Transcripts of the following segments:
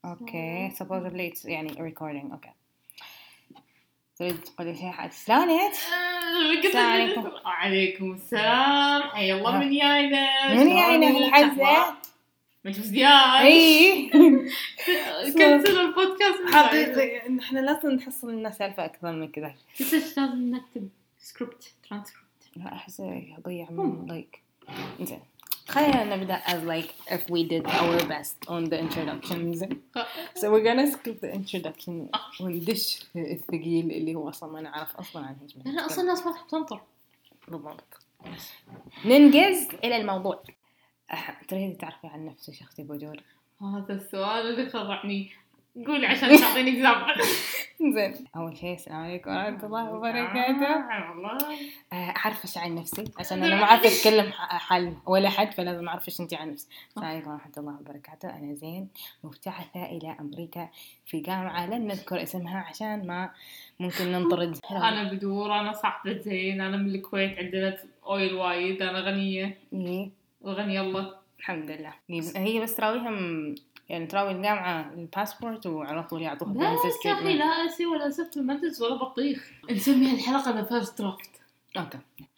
اوكي supposedly it's يعني recording. اوكي تريد تقولي شيء حق شلونك؟ السلام عليكم. السلام حيا الله. من ياينا هالحزة ما تشوف زياد. اي كنسل البودكاست حقيقي نحن لازم نحصل لنا سالفة أكثر من كذا. لازم نكتب سكريبت ترانسكريبت. لا أحس يضيع من لايك. إنزين خلينا نبدأ as like if we did our best on the introductions. So we're gonna skip the introduction وندش في الثقيل اللي هو أصلا ما نعرف أصلا عنه. أنا أصلا ناس ما تحب تنطر. بالضبط. ننجز إلى الموضوع. تريد تعرفي عن نفسك أختي بودور؟ هذا السؤال اللي خرعني. قولي عشان تعطيني إكزامبل. زين أول شيء السلام عليكم ورحمة الله وبركاته. أعرف إيش عن نفسي عشان أنا ما أعرف أتكلم حال ولا حد فلازم أعرف إيش أنتي عن نفسي. السلام عليكم ورحمة الله وبركاته. أنا زين مبتعثة إلى أمريكا في جامعة لن نذكر اسمها عشان ما ممكن ننطرد. أنا بدور. أنا صاحبة زين. أنا من الكويت عندنا أويل وايد. أنا غنية. إيه وغني الله الحمد لله. هي بس تراويهم يعني تراوي الجامعة الباسبورت وعلى طول يعطوها بس يا أخي لا أسي ولا سبلمنتس ولا بطيخ. نسمي الحلقة The First Draft. أوكي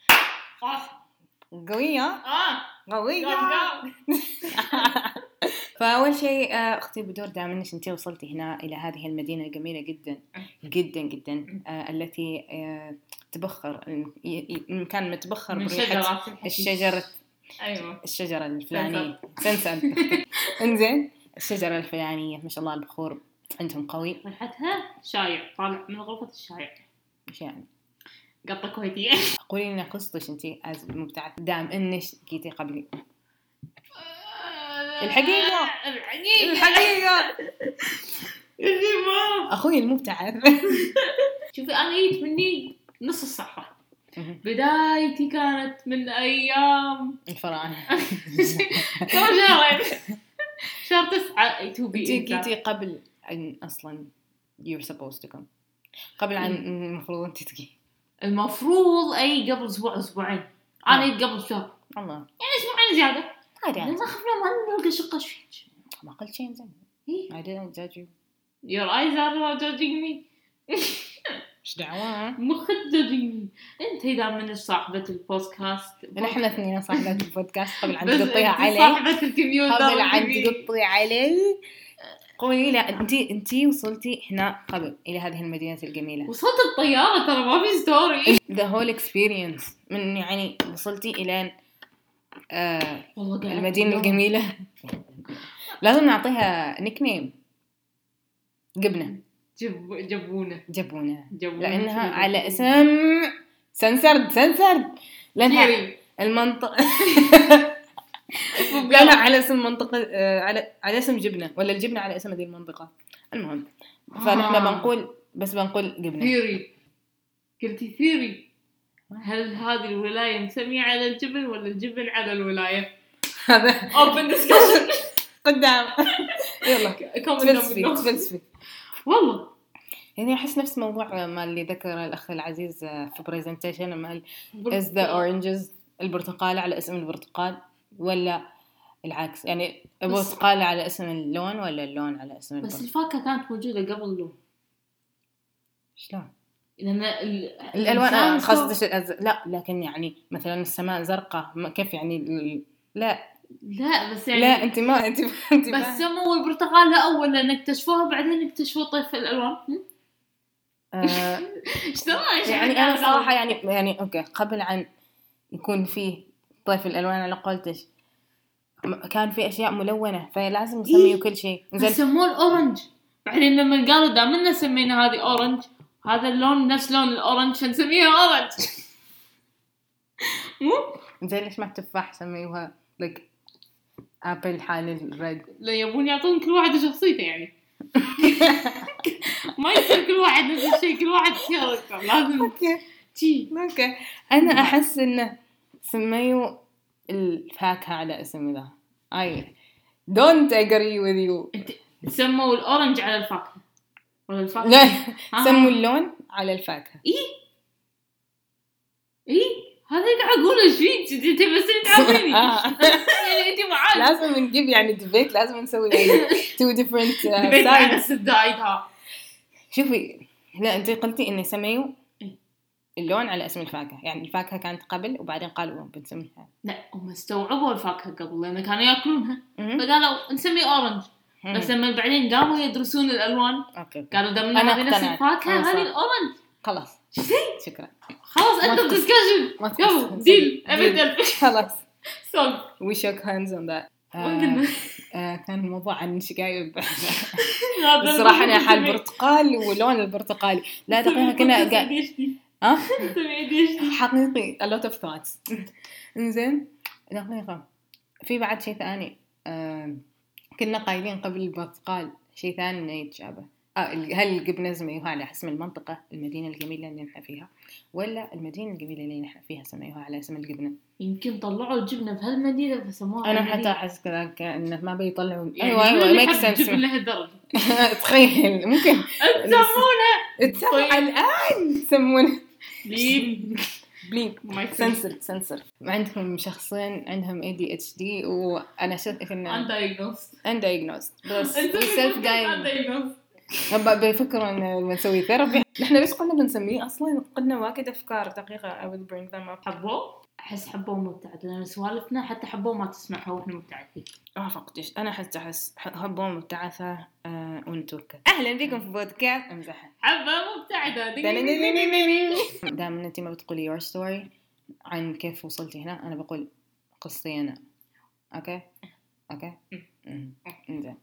قوية قوية. فأول شيء أختي بدور دائما إنك أنتي وصلتي هنا إلى هذه المدينة الجميلة جدا جدا جدا التي تبخر كان متبخر بريحة الشجرة. أيوة الشجرة الفلانية سنسل. إنزين الشجرة الفلانية ما شاء الله البخور عندهم قوي. ريحتها شايع طالع من غرفة الشايع. إيش يعني؟ قطة كويتية. قولي لنا قصتك أنتي از مبتعث دام إنك جيتي قبلي. الحقيقة اللي ما أخوي المبتعث. شوفي أنا جيت مني نص الصحراء. بدايتي كانت من أيام الفراعنة. شهر 9 جيتي قبل أن أصلا you're supposed to come قبل عن المفروض أنت تجي. المفروض أي قبل أسبوعين. أنا جيت قبل شهر. الله يعني أسبوعين زيادة. عادي ما خفنا ما نلقى شقة فيك. ما قلت شيء زين. I didn't judge you. Your eyes are judging me. إيش دعوة؟ مخ judging me. أنت إذا من صاحبة البودكاست. نحن اثنين صاحبة البودكاست قبل عن تقطيها علي. صاحبة الكمبيوتر قبل عن تقطي علي. قولي لا أنتي وصلتي هنا قبل إلى هذه المدينة الجميلة. وصلت الطيارة ترى ما في ستوري. The whole experience من يعني وصلتي إلى المدينة الجميلة. لازم نعطيها نيكنيم. جبنة. جبونة لأنها على اسم سنسرد لأنها المنطقة. لأنها على اسم منطقة على اسم جبنة ولا الجبنة على اسم هذه المنطقة. المهم فنحن بنقول جبنة. ثيري قلتي ثيري. هل هذه الولاية مسمية على الجبن ولا الجبن على الولاية؟ هذا open discussion. قدام يلا تفلسفي والله يعني أحس نفس موضوع ما اللي ذكر الأخ العزيز في presentation مال is the oranges البرتقال على اسم البرتقال ولا العكس يعني البرتقال على اسم اللون ولا اللون على اسم البرتقال. بس الفاكهة كانت موجودة قبل اللون. شلون؟ لأن الألوان خاصة لا لكن يعني مثلا السماء زرقاء كيف يعني لا بس يعني لا أنت بس سموا البرتقال أول لأن اكتشفوها بعدين اكتشفوا طيف الألوان. يعني أنا صراحة يعني أوكي قبل عن يكون فيه طيف الألوان على قولتش كان في أشياء ملونة فلازم نسميه كل شيء. سموه الأورنج بعدين لما قالوا دامنا سمينا هذه أورنج هذا اللون نفس لون الأورنج فنسميها أورنج. زي ليش ما تفاح سميوها like أبل حال الريد. لا يبون يعطون كل واحد شخصيته يعني. ما يصير كل واحد نفس الشيء كل واحد كاركتر لازم. أوكي أنا أحس إنه سميوا الفاكهة على اسم ذا. I don't agree with you. سموا الأورنج على الفاكهة ولا الفاكهة؟ لا سموا اللون على الفاكهة. إيه هذا قاعد أقول إيش فيك أنت بس تعرفيني يعني أنت معاي لازم نجيب يعني ديبيت لازم نسوي يعني two different بيت على sides. السدايدها. شوفي لا أنت قلتي إني سميوا اللون على اسم الفاكهة يعني الفاكهة كانت قبل وبعدين قالوا بنسميها لا هم استوعبوا الفاكهة قبل لأن كانوا يأكلونها فقالوا نسمي أورنج بس لما بعدين قاموا يدرسون الألوان قالوا دمنا هذه نفس الفاكهة هذه الأورنج خلاص شكرا خلاص أنت ديسكشن يلا ديل أبدا خلاص so we shook hands on that. كان الموضوع عن شقايب الصراحة أنا حال برتقال ولون البرتقالي لا دقيقة كنا حقيقي a lot of thoughts. إنزين دقيقة في بعد شيء ثاني كنا قايلين قبل البرتقال شيء ثاني إنه يتشابه هل الجبنة سميوها على اسم المنطقة المدينة الجميلة اللي نحن فيها ولا المدينة الجميلة اللي نحن فيها سميوها على اسم الجبنة؟ يمكن طلعوا الجبنة بهالمدينة فسموها أنا حتى أحس كذا إنه ما بيطلعوا يعني أيوة make sense جبنة هالدرجة تخيل ممكن تسمونها الآن تسمونها بليب سنسر عندهم شخصين عندهم ADHD وأنا شفت إنه undiagnosed بس self diagnosed بيفكروا إنه بنسوي ثيرابي نحن ليش قلنا بنسميه أصلاً قلنا واجد أفكار دقيقة I will bring them up. أحس حبوه مبتعد لأن سوالفنا حتى حبوه ما تسمعها وإحنا مبتعدين فقدش أنا أحس حبوه مبتعثة ونتوكل. أهلا بكم في بودكاست أمزح حبة مبتعدة دائما أنت ما بتقولي your story عن كيف وصلتي هنا أنا بقول قصتي أنا أوكي إنزين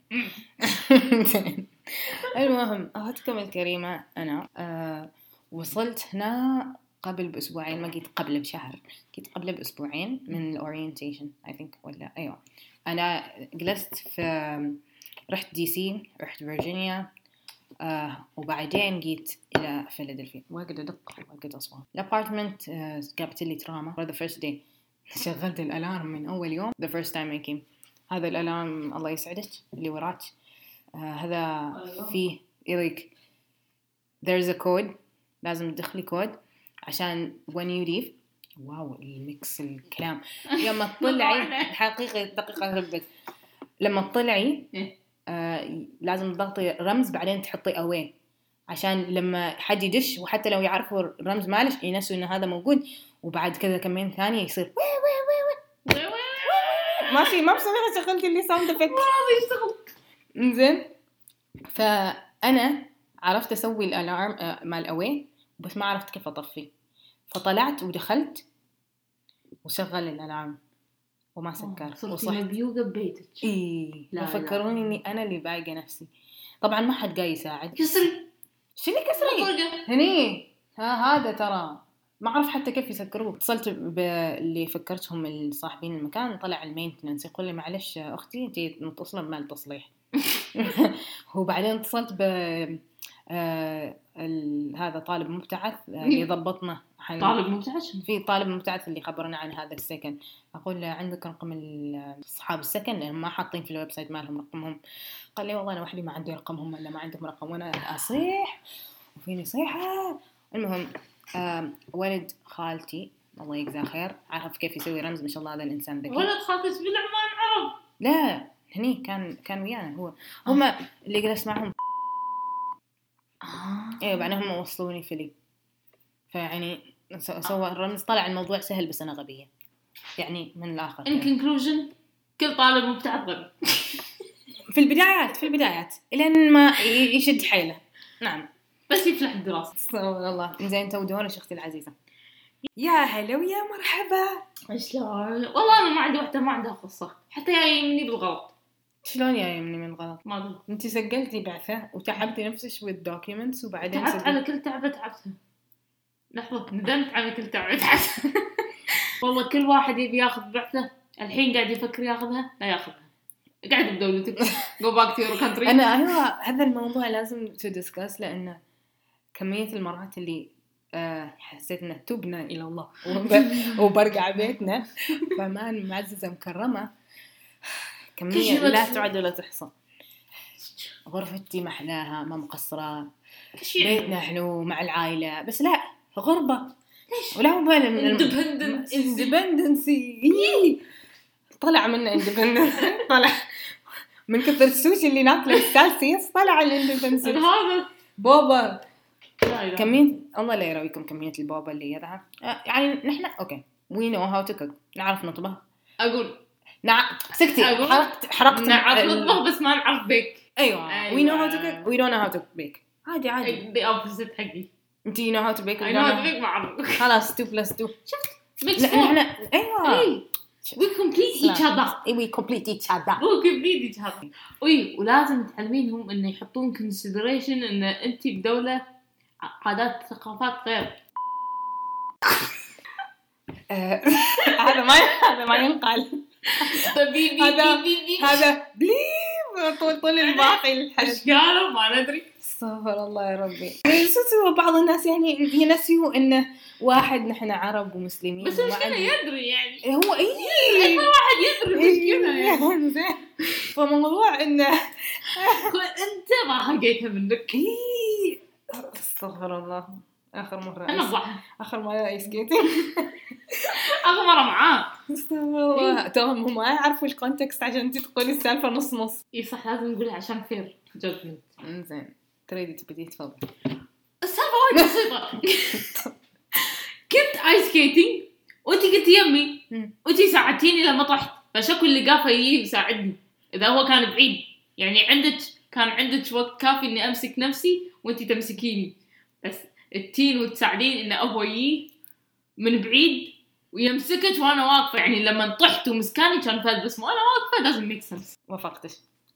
المهم أختكم الكريمة أنا وصلت هنا قبل بأسبوعين ما جيت قبل بشهر جيت قبل بأسبوعين من الأورينتيشن I think ولا أيوة أنا جلست في رحت DC رحت فيرجينيا وبعدين جيت إلى فيلادلفيا واجد أدق واجد أصوات الأبارتمنت جابت لي تراما for the first day شغلت الألارم من أول يوم the first time I came هذا الألارم الله يسعدك اللي وراك هذا فيه يريك there's a code لازم تدخلي كود عشان when you leave واو الميكس الكلام لما تطلعي حقيقة دقيقة ثبت لما تطلعي لازم تضغطي رمز بعدين تحطي away عشان لما حد يدش وحتى لو يعرفوا الرمز مالش ينسوا إن هذا موجود وبعد كذا كمان ثانية يصير ما بصير شغلت اللي ساوند افكت إنزين فأنا عرفت أسوي الألارم مال away بس ما عرفت كيف أطفي فطلعت ودخلت وشغل الألارم وما سكر صرتي مبيوقة ببيتك وفكروني إني أنا اللي بايقة نفسي طبعا ما حد قاعد يساعد كسري شنو كسري هني هذا ترى ما أعرف حتى كيف يسكروه اتصلت باللي فكرتهم الصاحبين المكان طلع المينتننس يقول لي معلش أختي أنتي متصلة بمال تصليح وبعدين اتصلت هذا طالب مبتعث اللي ضبطنا طالب مبتعث في طالب مبتعث اللي خبرنا عن هذا السكن أقول عندك رقم أصحاب السكن لأنهم ما حاطين في الويب سايت مالهم رقمهم قال لي والله أنا وحدي ما عندي رقمهم ولا ما عندهم رقم وأنا أصيح وفيني صيحة المهم ولد خالتي الله يجزاه خير عرف كيف يسوي رمز ما شاء الله هذا الإنسان ذكي ولد خالتي بالعمان عرب لا هني كان ويانا هم اللي جلس معهم ايوه بعدين هم وصلوني فيلي فيعني سوى الرمز طلع الموضوع سهل بس انا غبيه يعني من الاخر in conclusion كل طالب مبتعث غبي في البدايات لين ما يشد حيله نعم بس يفلح الدراسه والله زين تو دورك اختي العزيزه يا هلا ويا مرحبا شلون والله انا ما عندي واحده ما عندها قصه حتى يمني بالغلط شلون يمني من الغلط ما ادري انت سجلتي بعثه وتعبتي نفسك بالدوكيومنتس وبعدين تعبت على كل تعبه تعبتها لحظه ندمت على كل تعبه تعبتها والله كل واحد يبي ياخذ بعثه الحين قاعد يفكر ياخذها لا ياخذها قاعد بدولتك go back to your country انا ايوه هذا الموضوع لازم to discuss لانه كميه المرات اللي حسيت انه تبنا الى الله وبرجع بيتنا فمان معززه مكرمه كميه لا تعد ولا تحصى غرفتي محلاها ما مقصره بيتنا حلو مع العائله بس لا غربه ولا هو بال من اندبندنسي طلع منه اندبندنس طلع من كثر السوشي اللي ناكله السالسيس طلع الاندبندنس هذا بابا كمية الله لا يراويكم كمية البابا اللي يدها يعني نحن اوكي we know how to cook نعرف نطبخ اقول سكتي حرقت نعرف نطبخ بس ما نعرف بيك ايوه we know how to cook we don't know how to bake عادي the opposite حقي انتي you know how to bake I know how to bake ما أعرف خلاص 2 + 2 شفت mix نحن ايوه we complete each other we complete each other ولازم تعلمينهم انه يحطون consideration ان انت بدولة عادات ثقافات غير هذا ما ينقال هذا بليب طول الباقي ايش قالوا ما ندري استغفر الله يا ربي بعض الناس يعني ينسيوا انه واحد نحن عرب ومسلمين بس مش كذا يدري يعني هو اي واحد يدري مش كذا يعني زين فموضوع انه انت ما حقيتها منك استغفر الله اخر مره ايس سكيتنج اخر مره معاه استغفر الله تمام هم ما يعرفوا الكونتكست عشان انت تقولي السالفه نص اي صح لازم نقولها عشان فير جادجمنت زين تريدي تبدي تفضل السالفه وايد بسيطه كنت ايس سكيتنج وانت قلت يمي وانت ساعدتيني لما طحت فشكو اللي قافه يجي يساعدني اذا هو كان بعيد يعني كان عندك وقت كافي اني امسك نفسي وانت تمسكيني بس التين وتساعدين ان ابو يجي من بعيد ويمسكك وانا واقفه يعني لما طحت ومسكاني كان فاد بس وانا واقفه لازم ميك سنس وافقتش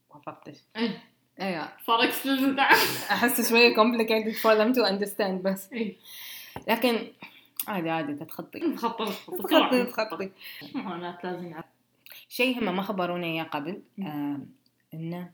ايوه فرق للدعم احس شويه complicated for them to understand بس لكن عادي تتخطي انا لازم اعرف شيء هم ما خبرونا اياه قبل انه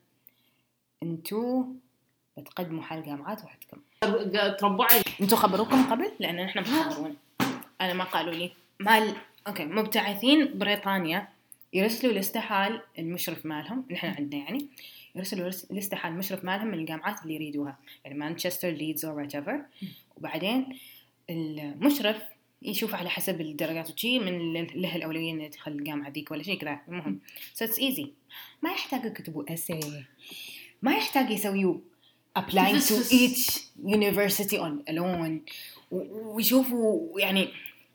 انتو بتقدموا حال جامعات وحدكم تربوا علي انتو خبروكم قبل لان احنا ما خبرونا انا ما قالوا لي اوكي مبتعثين بريطانيا يرسلوا الاستحال المشرف مالهم نحن عندنا يعني يرسلوا الاستحال المشرف مالهم من الجامعات اللي يريدوها يعني مانشستر ليدز او whatever وبعدين المشرف يشوف على حسب الدرجات وشي من له الأولوية إنه يدخل الجامعة ذيك ولا شيء كذا المهم so it's easy ما يحتاج يكتبوا essay ما يحتاج يسويوا applying to each university on alone ويشوفوا يعني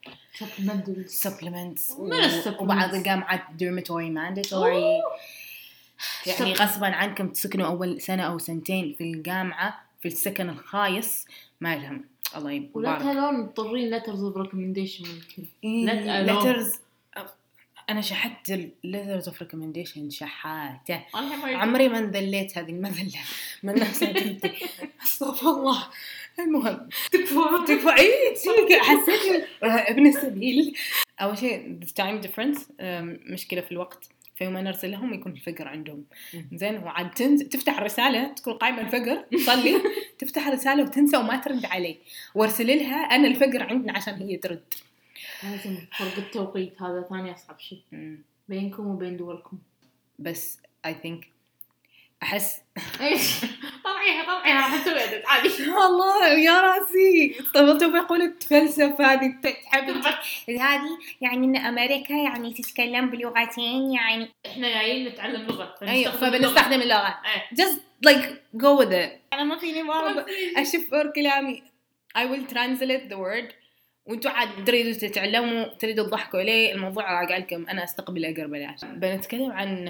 supplements وبعض الجامعات dormitory mandatory يعني غصبا عنكم تسكنوا أول سنة أو سنتين في الجامعة في السكن الخايس ما لهم الله يبارك ولا تلون مضطرين letters of recommendation ممكن letters أنا شحت letters of recommendation شحاته عمري ما انذليت هذه المذلة من نفسي بنتي استغفر الله المهم تكفى حسيت ابن السبيل أول شيء the time difference مشكلة في الوقت فيوم نرسل لهم يكون الفقر عندهم زين وعاد تفتح الرسالة تكون قائمة الفقر تصلي تفتح الرسالة وتنسى وما ترد علي وارسل لها أنا الفقر عندنا عشان هي ترد لازم فرق التوقيت هذا ثاني أصعب شيء بينكم وبين دولكم بس I think أحس طبعيها راح أسوي عادي والله يا راسي طبعا بقول تفلسف هذه تحب هذه يعني إن أمريكا يعني تتكلم بلغتين يعني إحنا جايين نتعلم لغة أيوة فبنستخدم اللغة just like go with it أنا ما فيني ما أشوف كلامي I will translate the word وانتوا عاد تريدوا تتعلموا تريدوا تضحكوا عليه الموضوع راجع لكم أنا أستقبل أجر بلاش بنتكلم عن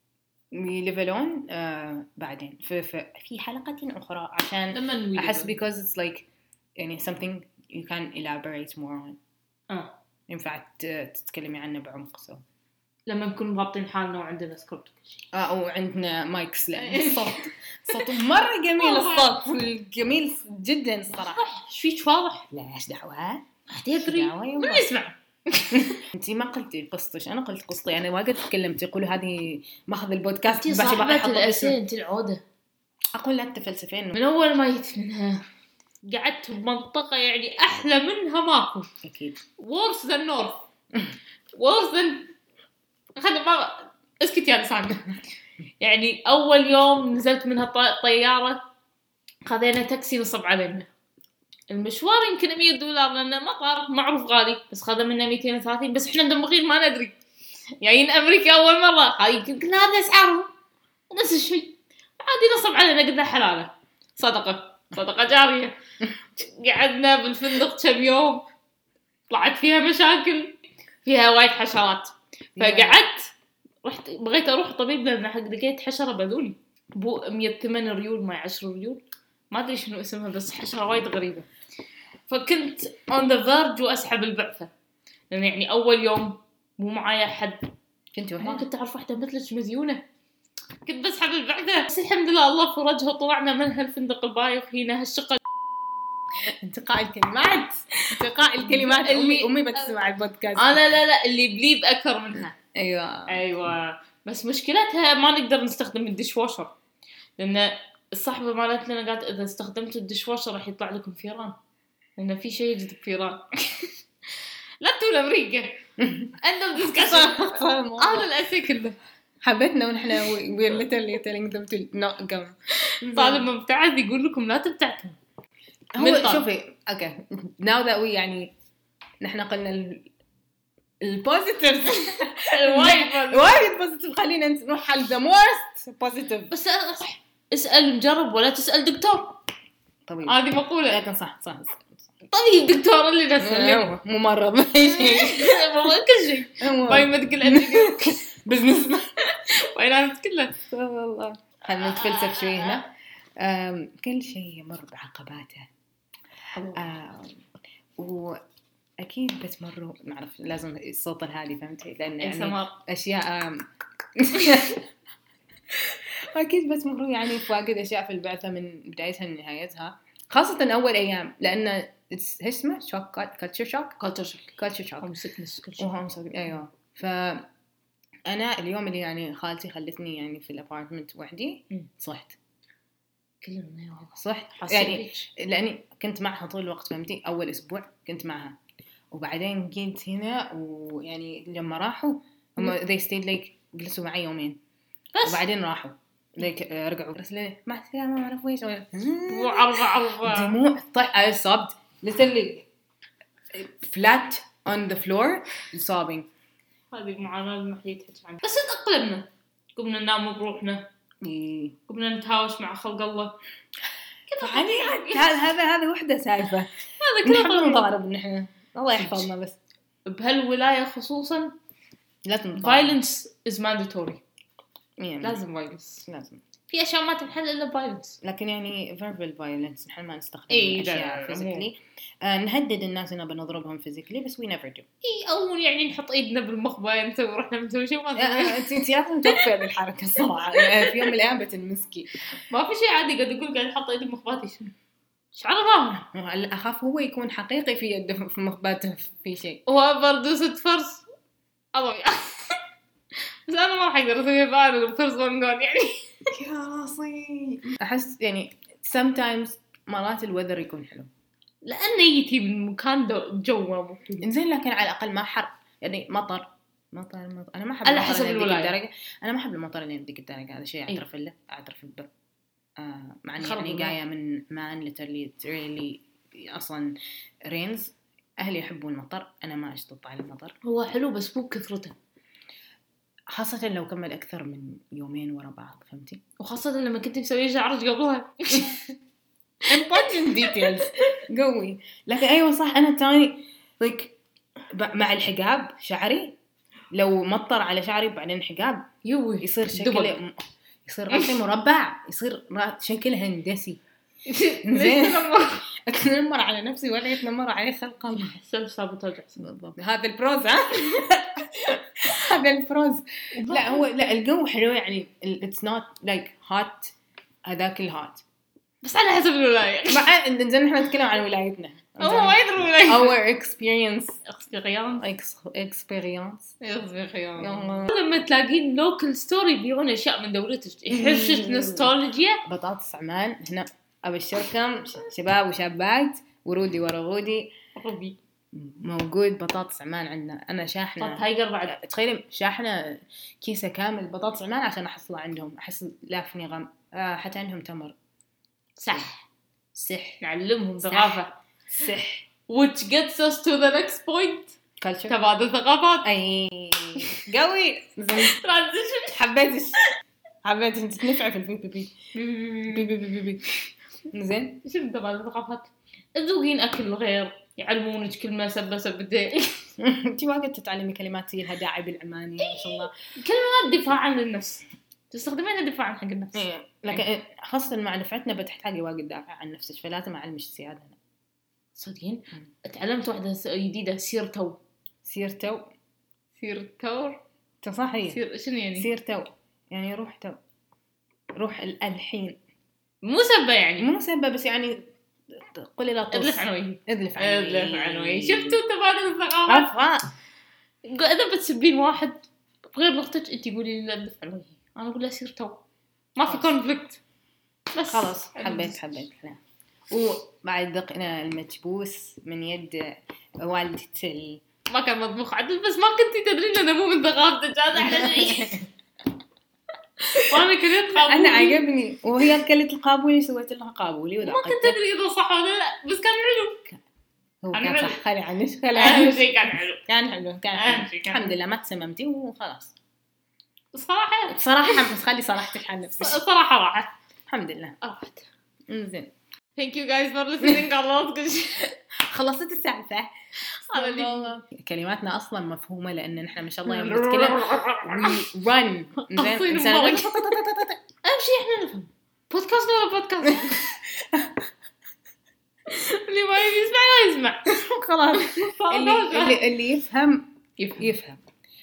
يليفلون بعدين في حلقة أخرى عشان أحس because it's like يعني something you can elaborate more on ينفع تتكلمي عنه بعمق سو لما نكون مغطين حالنا وعندنا سكريبت كل شيء وعندنا مايكس لأن الصوت مرة جميل الصوت جميل جدا الصراحة شويش واضح لا إيش دعوة تدري من يسمع انتي ما قلتي قصتش انا قلت قصتي انا واجد تكلمت يقولوا هذه ماخذ البودكاست انتي صاحبة الاسئله انتي العوده اقول لا تفلسفين من اول ما جيت منها قعدت بمنطقه يعني احلى منها ماكو اكيد worse than north worse than خلنا ما اسكت يا لسان يعني اول يوم نزلت منها الطياره خذينا تاكسي نصب علينا المشوار يمكن $100 لأن المطار معروف غالي، بس خذ منا 230، بس إحنا دمغين ما ندري يعني أمريكا أول مرة هاي قلنا هذا أسعارهم نفس الشيء، عادي نصب علينا قلنا حلالة صدقة جارية. قعدنا بالفندق كم يوم، طلعت فيها مشاكل، فيها وايد حشرات، فقعدت رحت بغيت أروح طبيب لأن حق لقيت حشرة بذولي بو 108 ريول ما 10 ريول ما أدري شنو اسمها، بس حشرة وايد غريبة. فكنت on the verge وأسحب البعثة، لأن يعني أول يوم مو معايا حد، ما كنت أعرف واحدة مثلك مزيونة، كنت بسحب البعثة، بس الحمد لله الله فرجها وطلعنا من هالفندق البايخ هنا هالشقة. انتقاء الكلمات أمي بتسمع البودكاست. لا اللي بليب أكثر منها. أيوة بس مشكلتها ما نقدر نستخدم الدش واشر، لأن الصحبة مالتنا قالت إذا استخدمت الدش واشر راح يطلع لكم فيران، لأن في شيء يجذب فيران. لا تقول أمريكا عندهم ديسكشن هذا الأسي كله حبيتنا ونحن we're literally telling them to not go. طالب مبتعث يقول لكم لا تبتعثوا. هو شوفي اوكي now that we يعني نحن قلنا البوزيتيف وايد بوزيتيف، خلينا نروح على the most بوزيتيف. بس اسأل نجرب ولا تسأل دكتور، طبيب هذه مقولة، لكن صح طبيب دكتور اللي نسأل ممرض أي شيء كل شيء باي ميديكال انجينير بزنس فاينانس كله. والله خلينا نتفلسف شوي هنا. كل شيء يمر بعقباته، وأكيد بتمروا نعرف لازم الصوت الهادي فهمتي، لأن يعني أشياء أكيد بتمروا يعني فواقد أشياء في البعثة من بدايتها لنهايتها، خاصة أول أيام، لأن اسمه شوك كالتشر شوك أيوة. فأنا اليوم اللي يعني خالتي خلتني يعني في الأبارتمنت وحدي صحت كلنا صحت يعني لأني كنت معها طول الوقت فهمتي، أول أسبوع كنت معها، وبعدين جيت هنا ويعني لما راحوا هم they stayed like جلسوا معي يومين بس. وبعدين راحوا رجعوا رسلي مع السلامة ما أعرف ويش وعرض دموع I sobbed literally flat on the floor sobbing. هذه معاناة المحيط عنها، بس تأقلمنا، قمنا ننام بروحنا، قمنا نتهاوش مع خلق الله يعني هذا وحدة سالفة، هذا كله نضارب نحن الله يحفظنا، بس بهالولاية خصوصا لا تنضارب violence is mandatory يعني لازم violence، لازم في أشياء ما تنحل إلا violence، لكن يعني verbal violence نحن ما نستخدم أشياء physically نهدد الناس إننا بنضربهم physically بس we never do. أو يعني نحط إيدنا بالمخبأ نسوي رحنا نسوي شيء ما أنت لازم توقفي هذه الحركة الصراحة. في يوم من الأيام بتنمسكي ما في شيء عادي قاعد يقول قاعد يحط إيده بمخباتي شو عرفهم. أخاف هو يكون حقيقي في يده في مخباته في شيء هو بردوسة فرص أضوي بس أنا ما راح أقدر أسوي فعلا الفرص ونقول يعني يا راسي. أحس يعني sometimes مرات الوذر يكون حلو لأنه يجي من مكان جوه إنزين، لكن على الأقل ما حر يعني مطر. أنا ما أحب على حسب الولاية، أنا ما أحب المطر اللي يديك الدرجة، هذا شيء أعترف به مع إني يعني جاية من مان literally أصلا rains. أهلي يحبون المطر، أنا ما أشتط على المطر. هو حلو بس مو كثرته، خاصة لو كمل أكثر من يومين ورا بعض فهمتي، وخاصة لما كنت مسوي شعرك قبلها important details قوي. لكن أيوة صح، أنا تاني like مع الحجاب شعري لو مطر على شعري بعدين حجاب يصير شكله يصير راسي مربع، يصير شكل هندسي. زين أتنمر على نفسي ولا يتنمر علي خلق الله. سلف سابوتاج بالضبط، هذا البروز هذا البروز. لا الجو حلو يعني it's not like hot هذاك الهات، بس على حسب الولاية. مع إنزين إحنا نتكلم عن ولايتنا ما يدري ولاية our experience لما تلاقين local story بيعون أشياء من دولتك يحسك نوستالجيا. بطاطس عمان هنا أبشركم شباب وشابات، ورودي ورا رودي موجود بطاطس عمان عندنا. أنا شاحنة تايجر بعد، تخيلي شاحنة كيسة كامل بطاطس عمان عشان أحصله عندهم، أحس لافني غم. حتى عندهم تمر صح نعلمهم ثقافة صح. which gets us to the next point. culture. تبادل ثقافات. أي قوي. زين. transition. حبيت أنت تنفع في البي بي بي. زين. شنو تبادل ثقافات؟ تذوقين أكل غير، يعلمونك كلمة سبتين. أنت واجد تتعلمي كلمات زي الهداعي بالعماني ما شاء الله. كلمات دفاعا للنفس، تستخدمينها دفاعا حق النفس. إيه. لكن خاصة مع دفعتنا بتحتاجي واجد دافع عن نفسك، فلازم أعلمش زيادة. صدقين تعلمت واحدة جديدة، سيرتو. تصحيح. شنو يعني؟ سيرتو يعني روح الحين. مو سبة يعني، مو سبب بس يعني قولي لا طص. ادلف عن وجهي. شفتوا تبادل الثقافات؟ إذا بتسبين واحد بغير لغتك انت قولي لي لا ادلف عن وجهي، انا اقول له سيرتو، ما في كونفليكت. بس خلاص حبيت الكلام. وبعد ذقنا المكبوس من يد والدتي. ما كان مطبوخ عدل، بس ما كنتي تدرين أنا مو من ثقافتك، هذا أحلى شيء. وأنا كنت قابولي. أنا عجبني، وهي أكلت القابولي سويت لها قابولي ما كنت أدري إذا صح ولا لا، بس كان حلو. هو كان صح. خلي عنك. أهم شيء كان حلو. الحمد لله ما تسممتي وخلاص. صراحة بس خلي صراحتك عن نفسك. صراحة راحت. الحمد لله. راحت. زين. Thank you guys for listening. خلصت السالفة. كلماتنا أصلا مفهومة لأن نحن ما شاء الله يوم نتكلم we run. زين. أهم شيء إحنا نفهم. بودكاست ولا بودكاست. اللي ما يسمع لا يسمع. خلاص. اللي يفهم.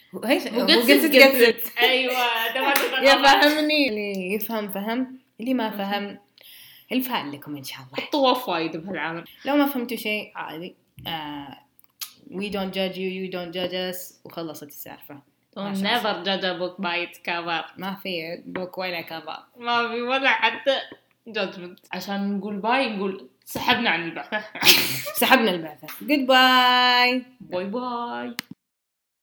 وقلت. أيوة. يفهمني. اللي يفهم فهم. اللي ما فهم الفعل لكم إن شاء الله. طواف وايد بهالعالم. لو ما فهمتوا شيء عادي. We don't judge you don't judge us. وخلصت السالفة. Don't never judge a book by its cover. ما في book ولا cover. ما في ولا حتى judgment. عشان نقول باي نقول سحبنا عن البعثة. Goodbye. باي.